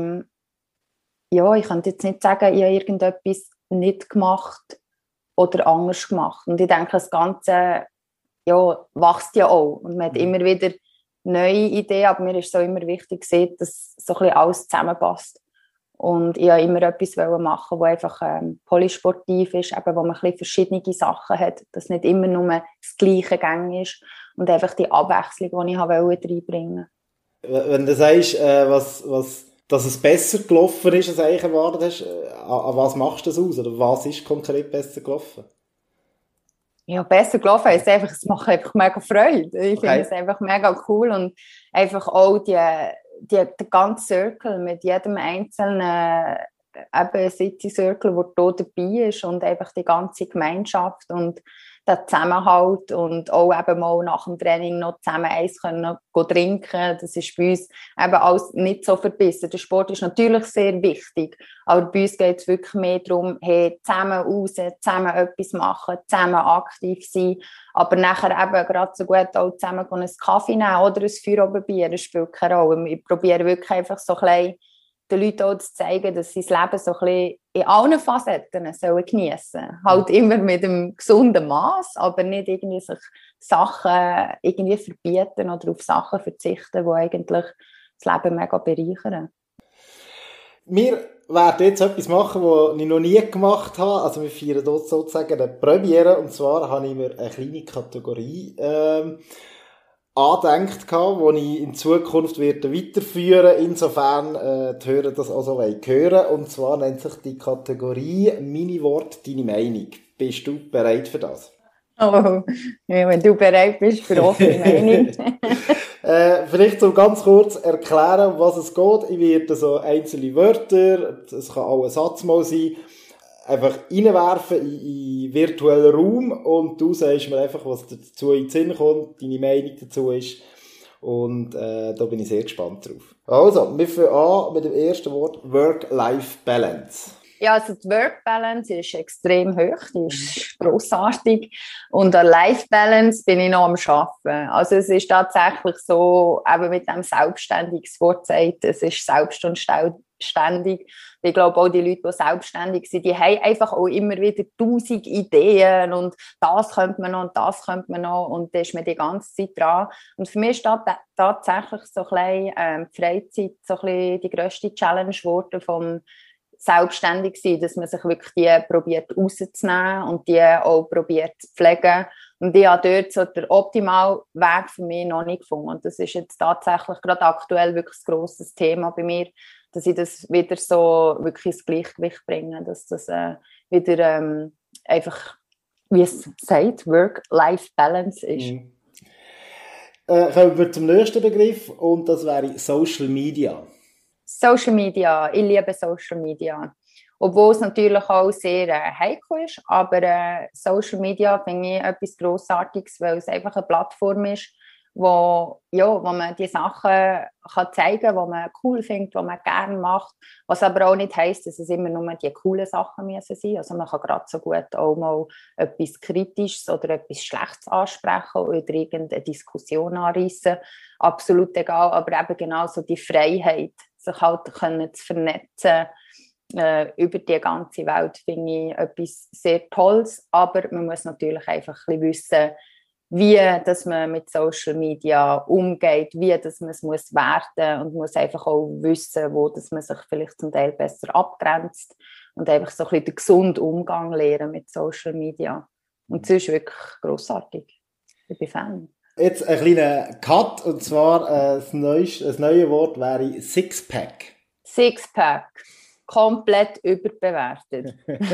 ich könnte jetzt nicht sagen, ich habe irgendetwas nicht gemacht oder anders gemacht. Und ich denke, das Ganze wächst ja auch. Und man hat immer wieder neue Ideen, aber mir ist so immer wichtig, dass so ein bisschen alles zusammenpasst. Und ich wollte immer etwas machen, das einfach polysportiv ist, eben, wo man ein bisschen verschiedene Sachen hat, dass nicht immer nur das gleiche Gang ist und einfach die Abwechslung, die ich reinbringen wollte. Wenn du sagst, dass es besser gelaufen ist, als du eigentlich erwartet hast, an was machst du das aus? Oder was ist konkret besser gelaufen? Ja, besser gelaufen ist einfach, es macht einfach mega Freude. Ich finde es einfach mega cool und einfach auch der ganze Circle mit jedem einzelnen City Circle, der hier dabei ist und einfach die ganze Gemeinschaft und der Zusammenhalt und auch eben mal nach dem Training noch zusammen eins können trinken. Das ist bei uns eben alles nicht so verbissen. Der Sport ist natürlich sehr wichtig, aber bei uns geht es wirklich mehr darum, zusammen raus, zusammen etwas machen, zusammen aktiv sein, aber nachher eben gerade so gut auch zusammen einen Kaffee nehmen oder ein Feierabendbier, das spielt keine Rolle. Ich probiere wirklich einfach so ein bisschen den Leuten auch zu zeigen, dass sie das Leben so ein bisschen in allen Facetten geniessen sollen. Halt immer mit einem gesunden Maß, aber nicht irgendwie sich Sachen irgendwie verbieten oder auf Sachen verzichten, die eigentlich das Leben mega bereichern. Wir werden jetzt etwas machen, was ich noch nie gemacht habe. Also wir feiern dort sozusagen eine Premiere. Und zwar habe ich mir eine kleine Kategorie angedenkt, die ich in Zukunft weiterführen werde, insofern die Hörer das auch so hören. Und zwar nennt sich die Kategorie «Meine Worte, deine Meinung». Bist du bereit für das? Oh, ja, wenn du bereit bist für offene Meinung. Vielleicht so ganz kurz erklären, um was es geht. Ich werde so einzelne Wörter, es kann auch ein Satz mal sein, einfach reinwerfen in virtuellen Raum und du sagst mir einfach, was dazu in den Sinn kommt, deine Meinung dazu ist. Und da bin ich sehr gespannt drauf. Also, wir fangen an mit dem ersten Wort Work-Life-Balance. Ja, also die Work-Balance ist extrem hoch, die ist grossartig. Und an Life-Balance bin ich noch am Arbeiten. Also es ist tatsächlich so, eben mit dem selbstständiges Wort sagt, es ist selbst und ständig. Ich glaube auch die Leute, die selbstständig sind, die haben einfach auch immer wieder 1000 Ideen und das könnte man noch und das könnte man noch und da ist man die ganze Zeit dran. Und für mich ist das tatsächlich so ein bisschen, die Freizeit so ein bisschen die grösste Challenge geworden vom selbstständig sein, dass man sich wirklich die probiert rauszunehmen und die auch probiert zu pflegen. Und ich habe dort so den optimalen Weg für mich noch nicht gefunden. Und das ist jetzt tatsächlich gerade aktuell wirklich ein grosses Thema bei mir, dass ich das wieder so wirklich ins Gleichgewicht bringe, dass das wieder einfach, wie es sagt, Work-Life-Balance ist. Kommen wir zum nächsten Begriff und das wäre Social Media. Social Media, ich liebe Social Media. Obwohl es natürlich auch sehr heikel ist, aber Social Media finde ich etwas Grossartiges, weil es einfach eine Plattform ist, wo man die Sachen kann zeigen kann, die man cool findet, die man gerne macht. Was aber auch nicht heisst, dass es immer nur die coolen Sachen müssen sein. Also man kann gerade so gut auch mal etwas Kritisches oder etwas Schlechtes ansprechen oder irgendeine Diskussion anreissen. Absolut egal, aber eben genau so die Freiheit, sich halt können zu vernetzen über die ganze Welt, finde ich etwas sehr Tolles. Aber man muss natürlich einfach ein bisschen wissen, wie dass man mit Social Media umgeht, wie dass man es muss werten und muss einfach auch wissen, wo dass man sich vielleicht zum Teil besser abgrenzt und einfach so ein bisschen den gesunden Umgang lernen mit Social Media. Und das ist wirklich grossartig. Ich bin Fan. Jetzt ein kleiner Cut, und zwar das neue Wort wäre Sixpack. Sixpack. Komplett überbewertet.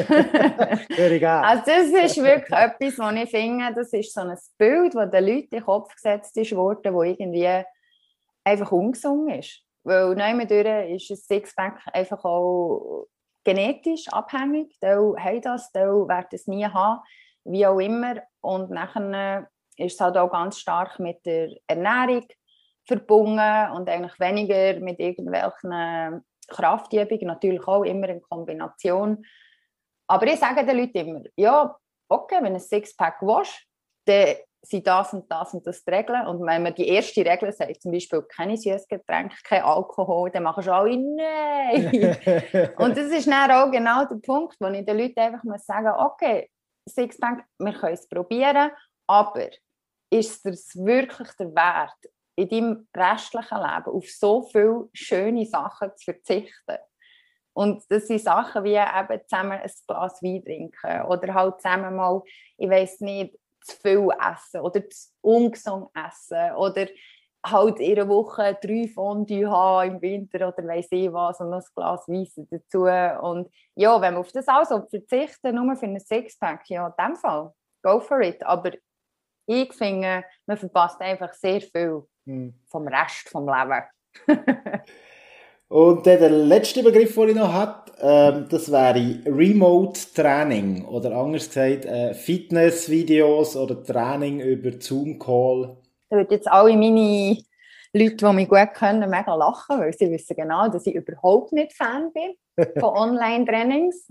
Very geil. Also das ist wirklich etwas, was ich finde, das ist so ein Bild, das den Leuten in den Kopf gesetzt ist worden, das irgendwie einfach ungesund ist. Weil nebenbei ist ein Sixpack einfach auch genetisch abhängig. Die haben das, die werden es nie haben, wie auch immer. Und nachher ist es halt auch ganz stark mit der Ernährung verbunden und eigentlich weniger mit irgendwelchen Kraftübungen, natürlich auch immer in Kombination. Aber ich sage den Leuten immer, ja, okay, wenn du ein Sixpack willst, dann sind das und das und das die Regeln. Und wenn man die erste Regel sagt, zum Beispiel keine Süßgetränke, kein Alkohol, dann machen schon alle «Nein!» Und das ist dann auch genau der Punkt, wo ich den Leuten einfach sagen muss, okay, Sixpack, wir können es probieren, aber ist es wirklich der Wert, in deinem restlichen Leben auf so viele schöne Sachen zu verzichten? Und das sind Sachen wie eben zusammen ein Glas Wein trinken oder halt zusammen mal, ich weiss nicht, zu viel essen oder zu ungesund essen oder halt in einer Woche 3 Fondue haben im Winter oder weiss ich was und noch ein Glas Wein dazu. Und ja, wenn man auf das alles verzichten, nur für einen Sixpack, ja, in dem Fall, go for it. Aber ich finde, man verpasst einfach sehr viel vom Rest vom Leben. Und der letzte Begriff, den ich noch habe, das wäre Remote Training oder anders gesagt Fitnessvideos oder Training über Zoom-Call. Da würden jetzt alle meine Leute, die mich gut kennen, mega lachen, weil sie wissen genau, dass ich überhaupt nicht Fan bin von Online-Trainings.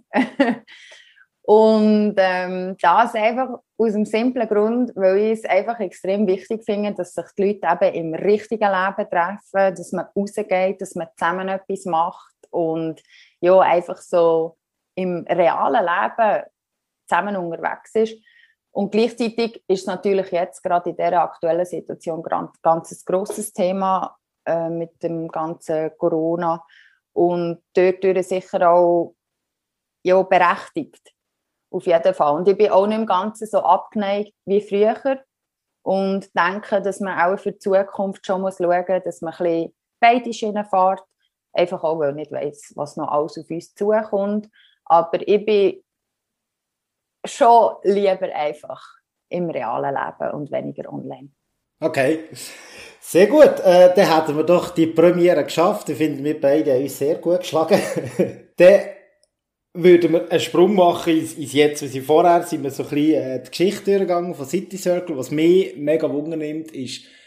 Und das einfach aus dem simplen Grund, weil ich es einfach extrem wichtig finde, dass sich die Leute eben im richtigen Leben treffen, dass man rausgeht, dass man zusammen etwas macht und ja, einfach so im realen Leben zusammen unterwegs ist. Und gleichzeitig ist es natürlich jetzt gerade in dieser aktuellen Situation ganz ein grosses Thema mit dem ganzen Corona und dort sicher auch ja, berechtigt. Auf jeden Fall. Und ich bin auch nicht im Ganzen so abgeneigt wie früher und denke, dass man auch für die Zukunft schon schauen muss, dass man ein bisschen beide Schienen fährt. Einfach auch, weil ich nicht weiss, was noch alles auf uns zukommt. Aber ich bin schon lieber einfach im realen Leben und weniger online. Okay, sehr gut. Dann hätten wir doch die Premiere geschafft. Ich finde, wir beide haben uns sehr gut geschlagen. Dann würden wir einen Sprung machen ins Jetzt. Wie vorher sind wir so ein bisschen die Geschichte durchgegangen von City Circle. Was mich mega wundernimmt, ist,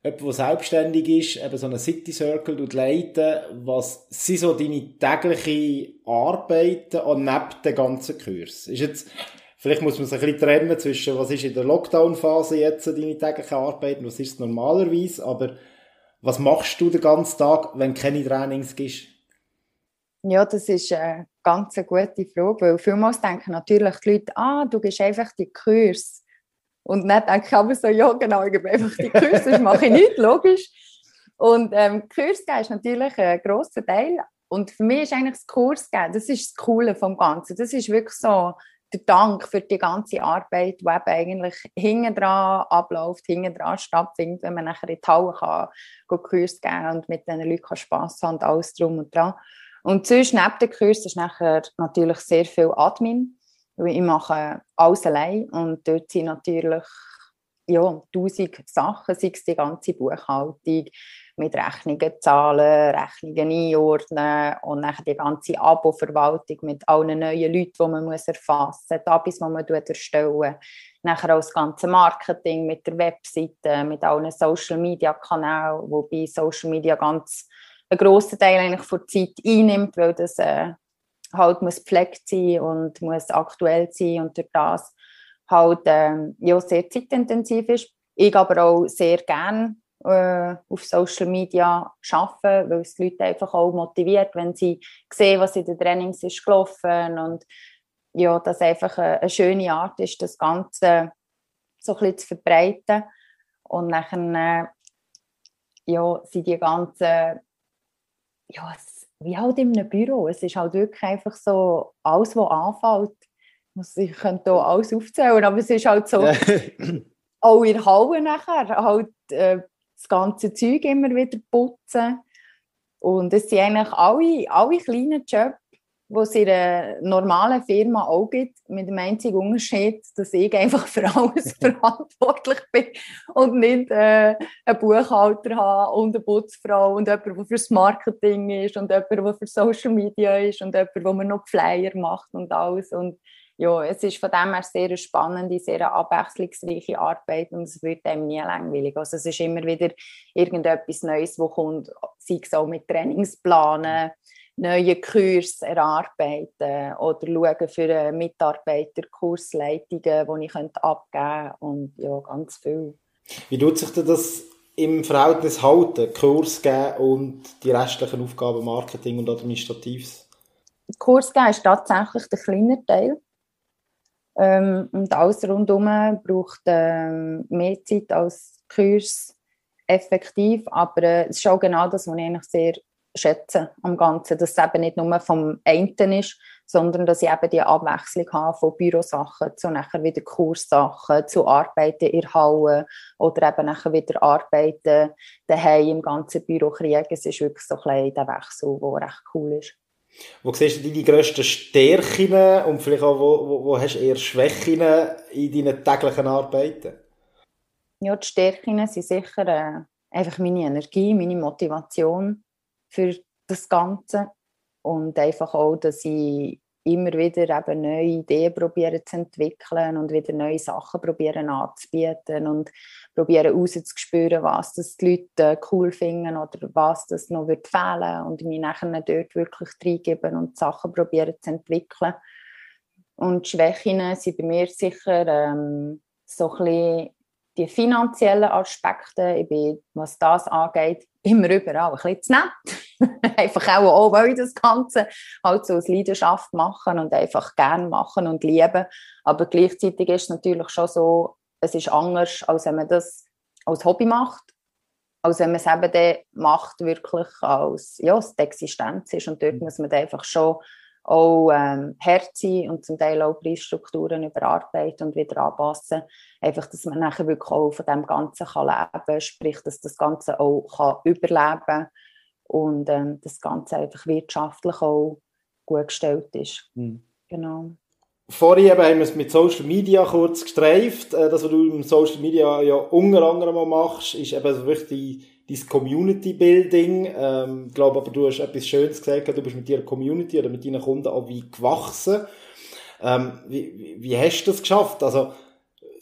jemand, der selbstständig ist, eben so einen City Circle leiten, was sind so deine tägliche Arbeiten neben den ganzen Kurs? Ist jetzt, vielleicht muss man sich ein bisschen trennen zwischen, was ist in der Lockdown-Phase jetzt deine tägliche Arbeit und was ist es normalerweise, aber was machst du den ganzen Tag, wenn keine Trainings gibt? Ja, das ist eine ganz gute Frage, weil vielmals denken natürlich die Leute, du gehst einfach die Kurs. Und dann denke ich aber so, ja genau, ich gebe einfach die Kurs, das mache ich nicht, logisch. Und Kurs geben ist natürlich ein grosser Teil. Und für mich ist eigentlich das Kurs geben, das ist das Coole vom Ganzen. Das ist wirklich so der Dank für die ganze Arbeit, die eben eigentlich hinten dran abläuft, hinten dran stattfindet, wenn man nachher in die Halle kann Kurs geben und mit den Leuten Spass haben und alles drum und dran. Und sonst neben dem Kurs ist nachher natürlich sehr viel Admin. Ich mache alles allein und dort sind natürlich 1000 Sachen, sei es die ganze Buchhaltung mit Rechnungen zahlen, Rechnungen einordnen und dann die ganze Abo-Verwaltung mit allen neuen Leuten, die man erfassen muss, die Abos, die man erstellen, nachher auch das ganze Marketing mit der Webseite, mit allen Social-Media-Kanälen, wobei Social Media ganz einen grossen Teil eigentlich von der Zeit einnimmt, weil das halt muss gepflegt sein und muss aktuell sein und durch das halt sehr zeitintensiv ist. Ich aber auch sehr gerne auf Social Media arbeiten, weil es die Leute einfach auch motiviert, wenn sie sehen, was in den Trainings ist gelaufen und ja, das einfach eine schöne Art ist, das Ganze so ein bisschen zu verbreiten und nachher sind die ganzen wie halt in einem Büro. Es ist halt wirklich einfach so, alles, was anfällt. Ich könnte hier alles aufzählen, aber es ist halt so, auch in der Halle nachher, halt das ganze Zeug immer wieder putzen. Und es sind eigentlich alle kleinen Jobs, die es in einer normalen Firma auch gibt, mit dem einzigen Unterschied, dass ich einfach für alles verantwortlich bin und nicht einen Buchhalter habe und eine Putzfrau und jemand, der fürs Marketing ist und jemand, der für Social Media ist und jemand, der mir noch Flyer macht und alles. Und ja, es ist von dem her sehr eine spannende, sehr abwechslungsreiche Arbeit und es wird einem nie langweilig. Also es ist immer wieder irgendetwas Neues, das kommt, sei es auch mit Trainingsplanen, neue Kurse erarbeiten oder schauen für Mitarbeiter Kursleitungen, die ich abgeben könnte und ja, ganz viel. Wie tut sich denn das im Verhältnis halten, Kurs geben und die restlichen Aufgaben Marketing und Administratives? Kurs geben ist tatsächlich der kleinere Teil. Und alles rundherum braucht mehr Zeit als Kurs effektiv, aber es ist auch genau das, was ich eigentlich sehr schätze am Ganzen, dass es eben nicht nur vom einen ist, sondern dass ich eben die Abwechslung habe von Bürosachen zu nachher wieder Kurssachen, zu Arbeiten in der Halle oder eben nachher wieder Arbeiten daheim im ganzen Büro kriegen. Es ist wirklich so ein bisschen der Wechsel, der recht cool ist. Wo siehst du deine grössten Stärken und vielleicht auch, wo hast du eher Schwächen in deinen täglichen Arbeiten? Ja, die Stärken sind sicher einfach meine Energie, meine Motivation für das Ganze und einfach auch, dass ich immer wieder eben neue Ideen probiere zu entwickeln und wieder neue Sachen probieren anzubieten und probieren rauszuspüren, was das die Leute cool finden oder was das noch wird fehlen und mich nachher dort wirklich reingeben und Sachen probieren zu entwickeln. Und die Schwächen sind bei mir sicher so ein bisschen die finanziellen Aspekte. Ich bin, was das angeht, immer überall ein bisschen zu nett. Einfach auch, weil ich das Ganze halt so aus Leidenschaft machen und einfach gerne machen und lieben. Aber gleichzeitig ist es natürlich schon so, es ist anders, als wenn man das als Hobby macht, als wenn man es eben dann macht, wirklich als die Existenz ist. Und dort muss man einfach schon auch hart sein und zum Teil auch Preisstrukturen überarbeiten und wieder anpassen. Einfach, dass man nachher wirklich auch von dem Ganzen kann leben kann, sprich, dass das Ganze auch kann überleben kann und das Ganze einfach wirtschaftlich auch gut gestellt ist. Genau. Vorhin haben wir es mit Social Media kurz gestreift. Das, was du im Social Media ja unter anderem auch machst, ist eben wirklich dein Community-Building. Ich glaube aber, du hast etwas Schönes gesagt, du bist mit deiner Community oder mit deinen Kunden auch wie gewachsen. Wie hast du das geschafft? Also,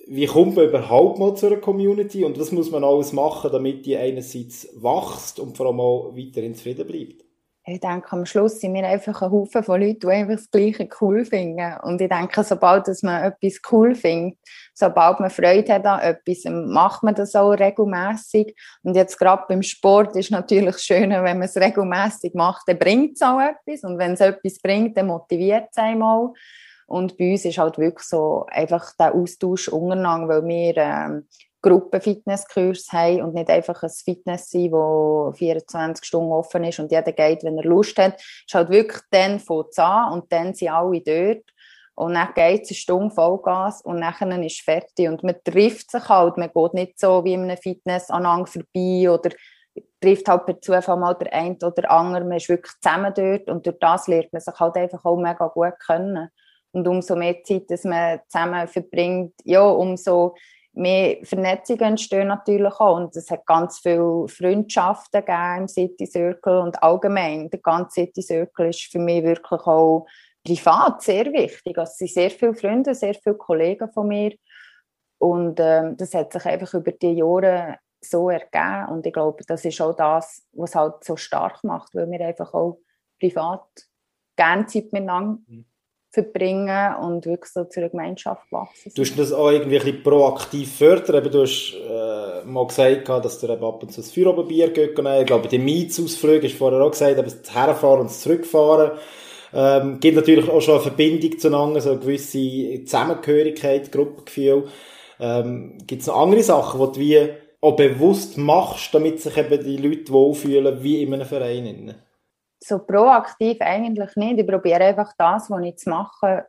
wie kommt man überhaupt mal zu einer Community und was muss man alles machen, damit die einerseits wächst und vor allem auch weiterhin zufrieden bleibt? Ich denke, am Schluss sind wir einfach ein Haufen von Leuten, die einfach das Gleiche cool finden. Und ich denke, sobald dass man etwas cool findet, sobald man Freude hat an etwas, macht man das auch regelmässig. Und jetzt gerade beim Sport ist natürlich schöner, wenn man es regelmässig macht, dann bringt es auch etwas. Und wenn es etwas bringt, dann motiviert es einem auch. Und bei uns ist halt wirklich so einfach der Austausch untereinander, weil wir Gruppen-Fitnesskurs haben und nicht einfach ein Fitness sein, das 24 Stunden offen ist und jeder geht, wenn er Lust hat. Es ist halt wirklich dann fängt es an und dann sind alle dort. Und dann geht es eine Stunde Vollgas und dann ist es fertig. Und man trifft sich halt, man geht nicht so wie in einem Fitness aneinander vorbei oder trifft halt per Zufall mal der eine oder andere. Man ist wirklich zusammen dort und durch das lernt man sich halt einfach auch mega gut kennen. Und umso mehr Zeit, dass man zusammen verbringt, ja, umso mehr Vernetzungen entstehen natürlich auch. Und es hat ganz viele Freundschaften gegeben im City Circle und allgemein. Der ganze City Circle ist für mich wirklich auch privat sehr wichtig. Also es sind sehr viele Freunde, sehr viele Kollegen von mir. Und das hat sich einfach über die Jahre so ergeben. Und ich glaube, das ist auch das, was es halt so stark macht, weil wir einfach auch privat gerne Zeit miteinander verbringen und wirklich so zu einer Gemeinschaft wachsen. Du hast das auch irgendwie ein bisschen proaktiv fördern. Du hast mal gesagt, dass du ab und zu ein Feierabendbier geht. Ich glaube, die Mietsausflüge, hast du vorher auch gesagt, aber das Herfahren und das Zurückfahren gibt natürlich auch schon eine Verbindung zueinander, so eine gewisse Zusammengehörigkeit, Gruppengefühl. Gibt es noch andere Sachen, die du wie auch bewusst machst, damit sich eben die Leute wohlfühlen, wie in einem Verein? So proaktiv eigentlich nicht. Ich probiere einfach das, was ich mache,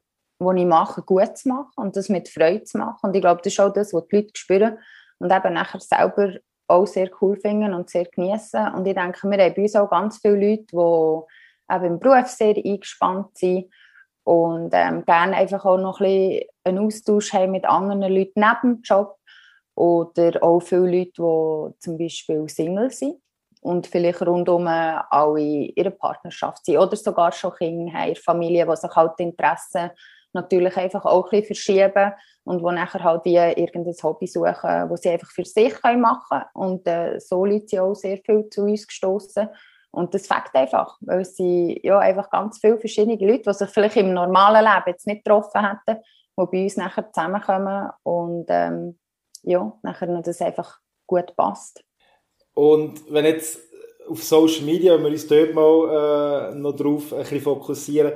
gut zu machen und das mit Freude zu machen. Und ich glaube, das ist auch das, was die Leute spüren und eben nachher selber auch sehr cool finden und sehr genießen. Und ich denke, wir haben bei uns auch ganz viele Leute, die eben im Beruf sehr eingespannt sind und gerne einfach auch noch ein bisschen einen Austausch haben mit anderen Leuten neben dem Job. Oder auch viele Leute, die zum Beispiel Single sind und vielleicht rundum alle in ihrer Partnerschaft sind oder sogar schon Kinder haben, in Familie, die sich halt die Interessen natürlich einfach auch ein bisschen verschieben und die nachher halt wie irgendein Hobby suchen, das sie einfach für sich machen können. Und so Leute sind auch sehr viel zu uns gestossen. Und das fängt einfach, weil sie ja einfach ganz viele verschiedene Leute, die sich vielleicht im normalen Leben jetzt nicht getroffen hätten, die bei uns nachher zusammenkommen und nachher das einfach gut passt. Und wenn jetzt auf Social Media, wenn wir uns dort mal noch drauf ein bisschen fokussieren,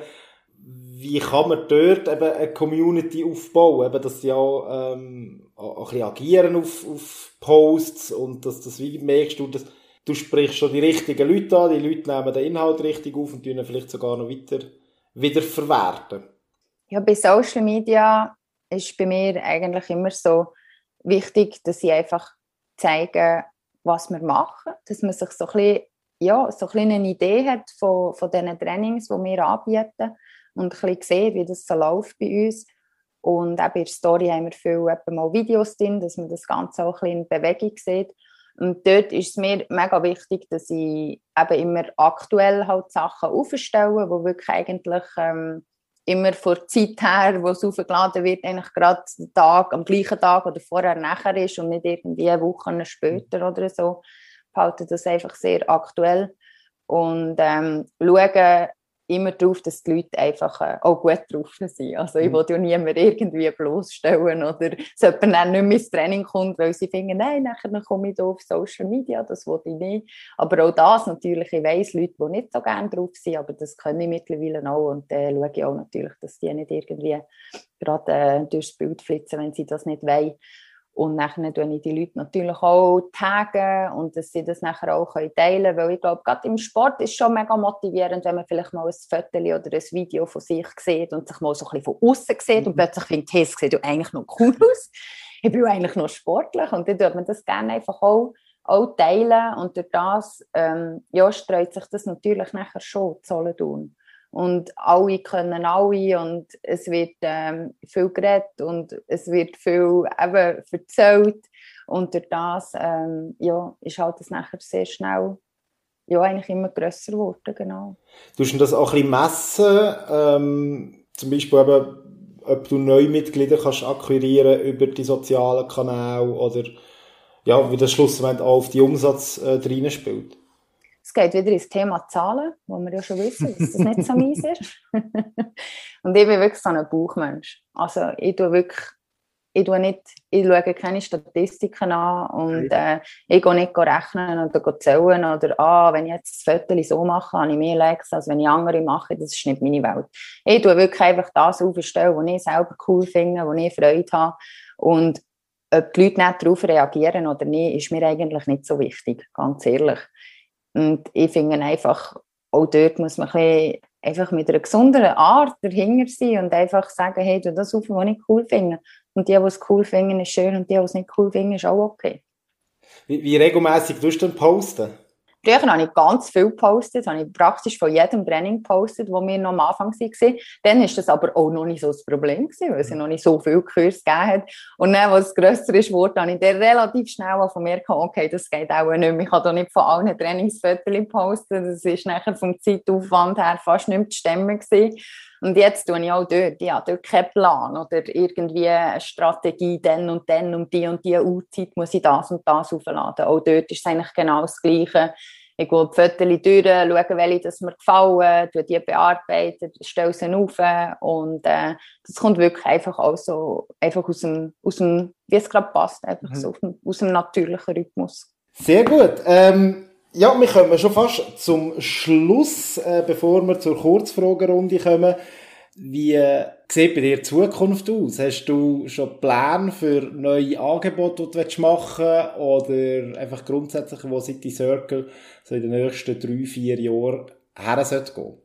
wie kann man dort eben eine Community aufbauen? Eben, dass sie auch ein bisschen agieren auf Posts und dass das wie merkst du sprichst schon die richtigen Leute an, die Leute nehmen den Inhalt richtig auf und tun ihn vielleicht sogar noch wieder verwerten. Ja, bei Social Media ist bei mir eigentlich immer so wichtig, dass sie einfach zeigen, was wir machen, dass man sich so ein bisschen eine Idee hat von diesen Trainings, die wir anbieten und ein bisschen sieht, wie das so läuft bei uns. Und auch bei der Story haben wir viel mal Videos drin, dass man das Ganze auch ein bisschen in Bewegung sieht. Und dort ist es mir mega wichtig, dass ich eben immer aktuell halt Sachen aufstelle, die wirklich eigentlich immer vor der Zeit her, wo es aufgeladen wird, eigentlich gerade am gleichen Tag oder vorher nachher ist und nicht irgendwie Wochen später oder so. Ich halte das einfach sehr aktuell und schaue immer darauf, dass die Leute einfach auch gut drauf sind. Also ich will ja niemanden irgendwie bloßstellen oder dass jemand dann nicht mehr ins Training kommt, weil sie finden, nein, nachher komme ich da auf Social Media, das will ich nicht. Aber auch das natürlich, ich weiss, Leute, die nicht so gerne drauf sind, aber das können ich mittlerweile auch und schaue ich auch natürlich, dass die nicht irgendwie gerade durchs Bild flitzen, wenn sie das nicht wollen. Und nachher tue ich die Leute natürlich auch taggen und dass sie das nachher auch teilen können. Weil ich glaube, gerade im Sport ist es schon mega motivierend, wenn man vielleicht mal ein Foto oder ein Video von sich sieht und sich mal so ein bisschen von außen sieht und plötzlich findet, hey, es sieht ja eigentlich noch cool aus. Ich bin ja eigentlich noch sportlich. Und dann tut man das gerne einfach auch teilen. Und durch das streut sich das natürlich nachher schon zu Solothurn. Und alle können alle und es wird viel geredet und es wird viel eben erzählt und durch das ist halt das nachher sehr schnell eigentlich immer grösser geworden, genau. Du hast das auch ein bisschen messen, zum Beispiel eben ob du neue Mitglieder kannst akquirieren über die sozialen Kanäle oder ja, wie das schlussendlich auch auf die Umsatz reinspielt? Es geht wieder ins Thema Zahlen, wo wir ja schon wissen, dass das nicht so mies ist. Und ich bin wirklich so ein Bauchmensch. Also ich schaue keine Statistiken an und ich gehe nicht rechnen oder zählen oder wenn ich jetzt das Foto so mache, habe ich mehr Likes, als wenn ich andere mache. Das ist nicht meine Welt. Ich tue wirklich einfach das aufstellen, was ich selber cool finde, wo ich Freude habe. Und ob die Leute nicht darauf reagieren oder nicht, ist mir eigentlich nicht so wichtig, ganz ehrlich. Und ich finde einfach, auch dort muss man einfach mit einer gesünderen Art dahinter sein und einfach sagen, hey, tu das auf, was ich cool finde. Und die es cool finden, ist schön und die es nicht cool finden, ist auch okay. Wie regelmässig tust du denn posten? Früher habe ich ganz viel gepostet, habe ich praktisch von jedem Training gepostet, wo wir noch am Anfang waren. Dann war das aber auch noch nicht so das Problem gewesen, weil es noch nicht so viele Kurse gegeben hat. Und dann, als es grösser ist, habe ich dann relativ schnell von mir gekommen, okay, das geht auch nicht mehr. Ich kann da nicht von allen Trainingsfotos posten. Das ist nachher vom Zeitaufwand her fast nicht mehr zu stemmen gewesen. Und jetzt tue ich auch dort, ja, dort keinen Plan oder irgendwie eine Strategie, dann und dann um die Uhrzeit muss ich das und das aufladen. Auch dort ist es eigentlich genau das Gleiche. Ich gehe die Fotos durch, schaue, welche das mir gefallen, die bearbeiten, stelle sie auf und das kommt wirklich einfach auch so, einfach aus dem wie es gerade passt, einfach so aus dem natürlichen Rhythmus. Sehr gut. Ja, wir kommen schon fast zum Schluss, bevor wir zur Kurzfragerunde kommen. Wie sieht bei dir die Zukunft aus? Hast du schon Pläne für neue Angebote, die du machen willst? Oder einfach grundsätzlich, wo City Circle so in den nächsten 3-4 Jahren her sollte gehen?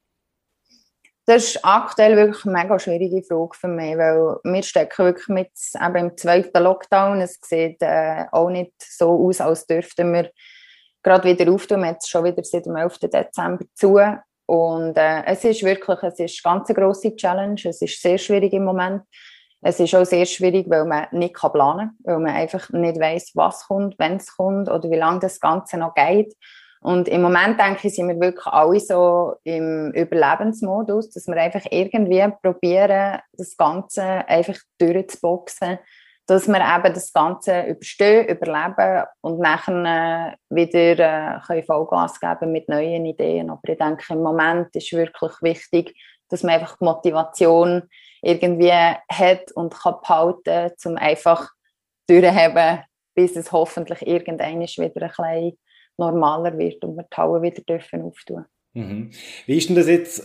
Das ist aktuell wirklich eine mega schwierige Frage für mich, weil wir stecken wirklich eben im 2. Lockdown. Es sieht auch nicht so aus, als dürften wir gerade wieder auftun. Wir haben jetzt schon wieder seit dem 11. Dezember zu. Und es ist eine ganz grosse Challenge. Es ist sehr schwierig im Moment. Es ist auch sehr schwierig, weil man nicht planen kann, weil man einfach nicht weiss, was kommt, wenn es kommt oder wie lange das Ganze noch geht. Und im Moment, denke ich, sind wir wirklich alle so im Überlebensmodus, dass wir einfach irgendwie probieren, das Ganze einfach durchzuboxen, dass wir eben das Ganze überleben und nachher wieder Vollgas geben mit neuen Ideen. Aber ich denke, im Moment ist wirklich wichtig, dass man einfach die Motivation irgendwie hat und kann behalten, um einfach durchzuhaben, bis es hoffentlich irgendwann wieder ein bisschen normaler wird und wir die Halle wieder auftun dürfen. Mhm. Wie ist denn das jetzt,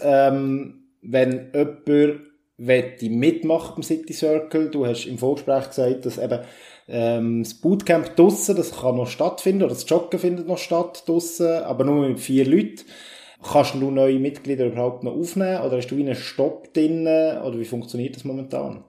wenn jemand mitmacht beim City Circle? Du hast im Vorgespräch gesagt, dass eben das Bootcamp draussen, das kann noch stattfinden, oder das Joggen findet noch statt draussen, aber nur mit 4 Leuten. Kannst du neue Mitglieder überhaupt noch aufnehmen oder hast du einen Stopp drin oder wie funktioniert das momentan?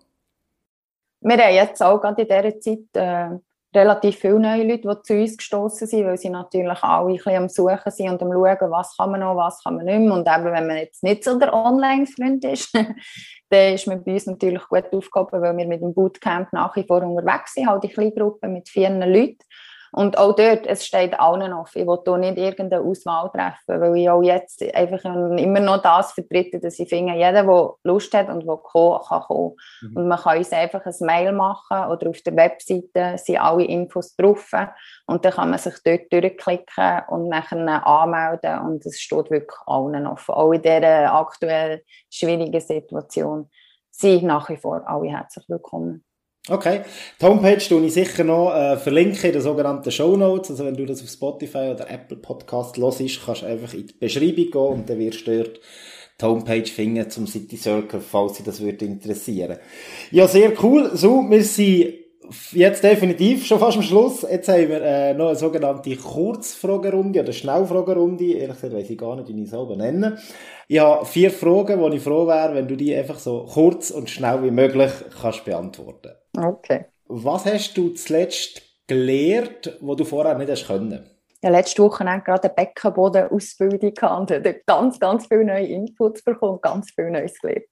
Wir haben jetzt auch gerade in dieser Zeit relativ viele neue Leute, die zu uns gestossen sind, weil sie natürlich alle ein bisschen am Suchen sind und am Schauen, was kann man noch, was kann man nicht mehr. Und eben, wenn man jetzt nicht so der Online-Freund ist, dann ist man bei uns natürlich gut aufgehoben, weil wir mit dem Bootcamp nach wie vor unterwegs sind, halt die kleine Gruppe mit 4 Leuten. Und auch dort, es steht allen offen. Ich will hier nicht irgendeine Auswahl treffen, weil ich auch jetzt einfach immer noch das vertrete, dass ich finde, jeder, der Lust hat und der kommen kann kommen. Mhm. Und man kann uns einfach ein Mail machen oder auf der Webseite sind alle Infos drauf und dann kann man sich dort durchklicken und nachher anmelden und es steht wirklich allen offen. Auch in dieser aktuell schwierigen Situation sind nach wie vor alle herzlich willkommen. Okay, die Homepage tue ich sicher noch verlinken in den sogenannten Shownotes. Also wenn du das auf Spotify oder Apple Podcast hörst, kannst du einfach in die Beschreibung gehen und dann wirst du dort die Homepage finden zum City Circle, falls dich das würde interessieren. Ja, sehr cool. So, wir sind jetzt definitiv schon fast am Schluss. Jetzt haben wir noch eine sogenannte Kurzfragerunde oder Schnellfragerunde. Ehrlich gesagt weiss ich gar nicht, wie ich es selber nenne. Ich habe 4 Fragen, wo ich froh wäre, wenn du die einfach so kurz und schnell wie möglich kannst beantworten. Okay. Was hast du zuletzt gelernt, was du vorher nicht hast können? Ja, letzte Woche gerade eine Beckenboden-Ausbildung gehabt und habe ganz, ganz viele neue Inputs bekommen, ganz viel Neues gelernt.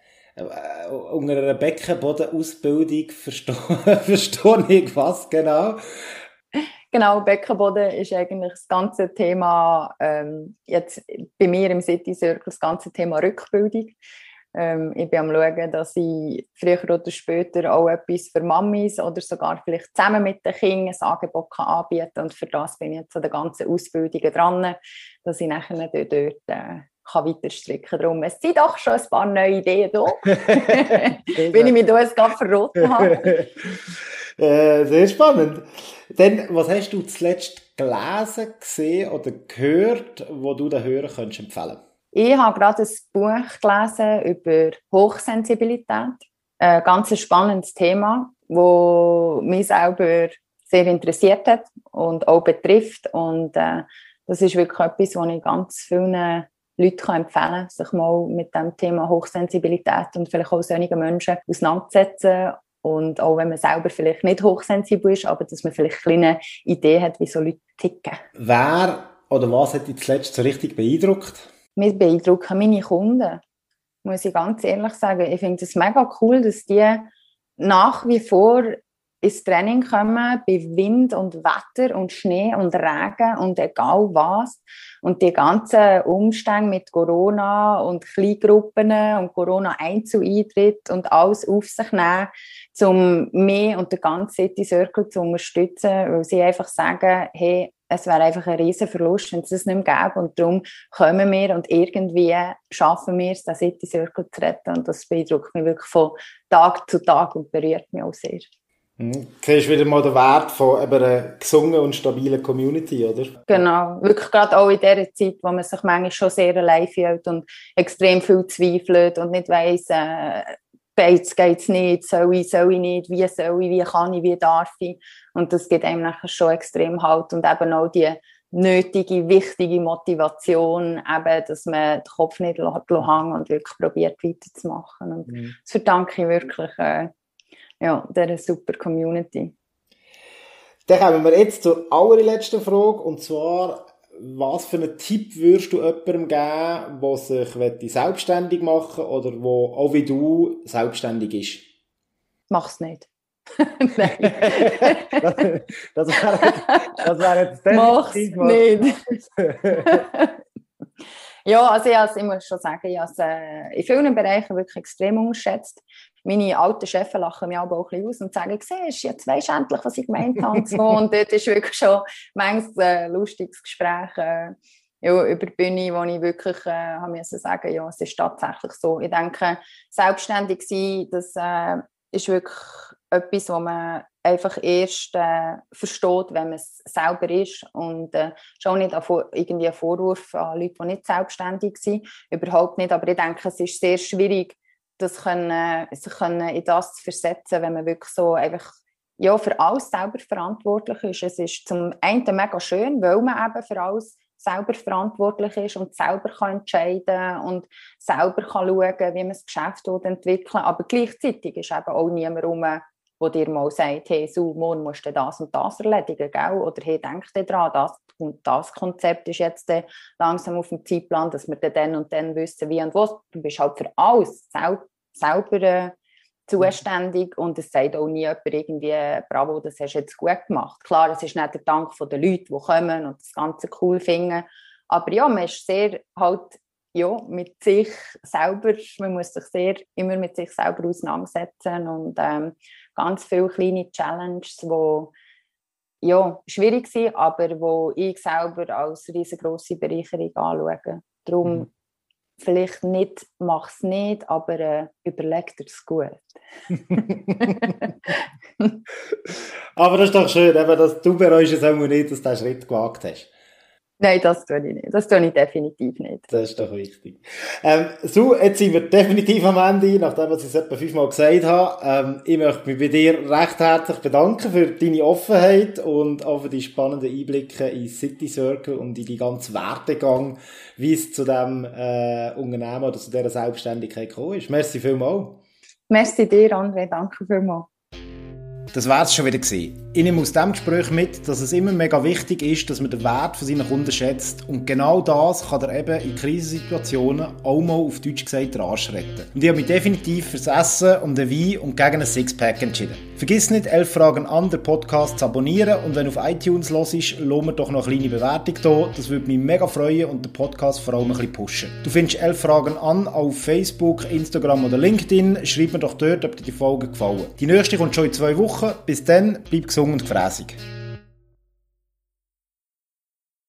Unter einer Beckenboden-Ausbildung verstehe ich was genau? Genau, Beckenboden ist eigentlich das ganze Thema, jetzt bei mir im City Circle, das ganze Thema Rückbildung. Ich bin am schauen, dass ich früher oder später auch etwas für Mamis oder sogar vielleicht zusammen mit den Kindern ein Angebot anbieten kann. Und für das bin ich jetzt an den ganzen Ausbildungen dran, dass ich nachher dort kann weiter stricken kann. Darum, es sind doch schon ein paar neue Ideen da, wenn ich mich da jetzt gerade verraten habe. Sehr spannend. Dann, was hast du zuletzt gelesen, gesehen oder gehört, wo du den Hörern empfehlen könntest? Ich habe gerade ein Buch gelesen über Hochsensibilität. Ein ganz spannendes Thema, das mich selber sehr interessiert hat und auch betrifft. Und das ist wirklich etwas, was ich ganz vielen Leuten empfehlen kann, sich mal mit dem Thema Hochsensibilität und vielleicht auch solchen Menschen auseinanderzusetzen. Und auch wenn man selber vielleicht nicht hochsensibel ist, aber dass man vielleicht eine kleine Idee hat, wie so Leute ticken. Wer oder was hat dich zuletzt so richtig beeindruckt? Mich beeindrucken meine Kunden, muss ich ganz ehrlich sagen. Ich finde es mega cool, dass die nach wie vor ins Training kommen, bei Wind und Wetter und Schnee und Regen und egal was. Und die ganzen Umstände mit Corona und Kleingruppen und Corona-Einzeleintritt und alles auf sich nehmen, um mich und den ganzen City Circle zu unterstützen, weil sie einfach sagen, hey, es wäre einfach ein riesen Verlust, wenn es das nicht mehr gäbe. Und darum kommen wir und irgendwie schaffen wir es, den City Circle zu retten. Und das beeindruckt mich wirklich von Tag zu Tag und berührt mich auch sehr. Du siehst wieder mal den Wert von einer gesungenen und stabilen Community, oder? Genau, wirklich gerade auch in dieser Zeit, wo man sich manchmal schon sehr allein fühlt und extrem viel zweifelt und nicht weiss, geht's nicht, soll ich nicht, wie soll ich, wie kann ich, wie darf ich. Und das gibt einem nachher schon extrem Halt und eben auch die nötige, wichtige Motivation, eben, dass man den Kopf nicht hängen und wirklich probiert weiterzumachen. Und das verdanke ich wirklich dieser super Community. Dann kommen wir jetzt zur allerletzten Frage, und zwar, was für einen Tipp würdest du jemandem geben, der sich selbstständig machen oder der auch wie du selbstständig ist? Mach's nicht. Nein. das wäre jetzt Mach's nicht. Ja, also ich muss schon sagen, ich habe es in vielen Bereichen wirklich extrem unterschätzt. Meine alten Chefs lachen mich aber auch ein bisschen aus und sagen, siehst du, jetzt weisst du endlich, was ich gemeint habe. Und, so. Und dort ist wirklich schon manchmal ein lustiges Gespräch über die Bühne, wo ich wirklich musste sagen, ja, es ist tatsächlich so. Ich denke, selbstständig sein, das ist wirklich etwas, was man einfach erst versteht, wenn man es selber ist. Und schon nicht irgendwie ein Vorwurf an Leute, die nicht selbstständig sind. Überhaupt nicht. Aber ich denke, es ist sehr schwierig, sich in das zu versetzen, wenn man wirklich so einfach für alles selber verantwortlich ist. Es ist zum einen mega schön, weil man eben für alles selber verantwortlich ist und selber kann entscheiden und selber kann schauen, wie man das Geschäft entwickeln will. Aber gleichzeitig ist eben auch niemand rum, der dir mal sagt, hey, so, morgen musst du das und das erledigen, gell? Oder hey, denk dir dran, das Konzept ist jetzt langsam auf dem Zeitplan, dass wir dann und dann wissen, wie und was. Du bist halt für alles selber zuständig und es sagt auch nie jemand irgendwie, bravo, das hast du jetzt gut gemacht. Klar, es ist nicht der Dank der Leute, die kommen und das Ganze cool finden, aber ja, man ist sehr halt mit sich selber, man muss sich sehr immer mit sich selber auseinandersetzen und ganz viele kleine Challenges, die schwierig sind, aber wo ich selber als riesengroße Bereicherung anschaue. Darum vielleicht nicht, mach es nicht, aber überleg dir es gut. Aber das ist doch schön, dass du bereust es auch nicht, dass du diesen Schritt gewagt hast. Nein, das tue ich nicht. Das tue ich definitiv nicht. Das ist doch wichtig. So, jetzt sind wir definitiv am Ende, nachdem ich es etwa 5-mal gesagt habe. Ich möchte mich bei dir recht herzlich bedanken für deine Offenheit und auch für die spannenden Einblicke in City Circle und in die ganze Werdegang, wie es zu diesem Unternehmen oder zu dieser Selbstständigkeit gekommen ist. Merci vielmals. Merci dir, André. Danke vielmals. Das wär's schon wieder gewesen. Ich nehme aus diesem Gespräch mit, dass es immer mega wichtig ist, dass man den Wert von seinen Kunden schätzt. Und genau das kann er eben in Krisensituationen auch mal auf Deutsch gesagt den Arsch retten. Und ich habe mich definitiv fürs Essen und den Wein und gegen ein Sixpack entschieden. Vergiss nicht, 11 Fragen an den Podcast zu abonnieren und wenn du auf iTunes hörst, lass mir doch noch eine kleine Bewertung da. Das würde mich mega freuen und den Podcast vor allem ein bisschen pushen. Du findest 11 Fragen an auf Facebook, Instagram oder LinkedIn. Schreib mir doch dort, ob dir die Folge gefallen. Die nächste kommt schon in 2 Wochen. Bis dann, bleib gesund und gefräßig.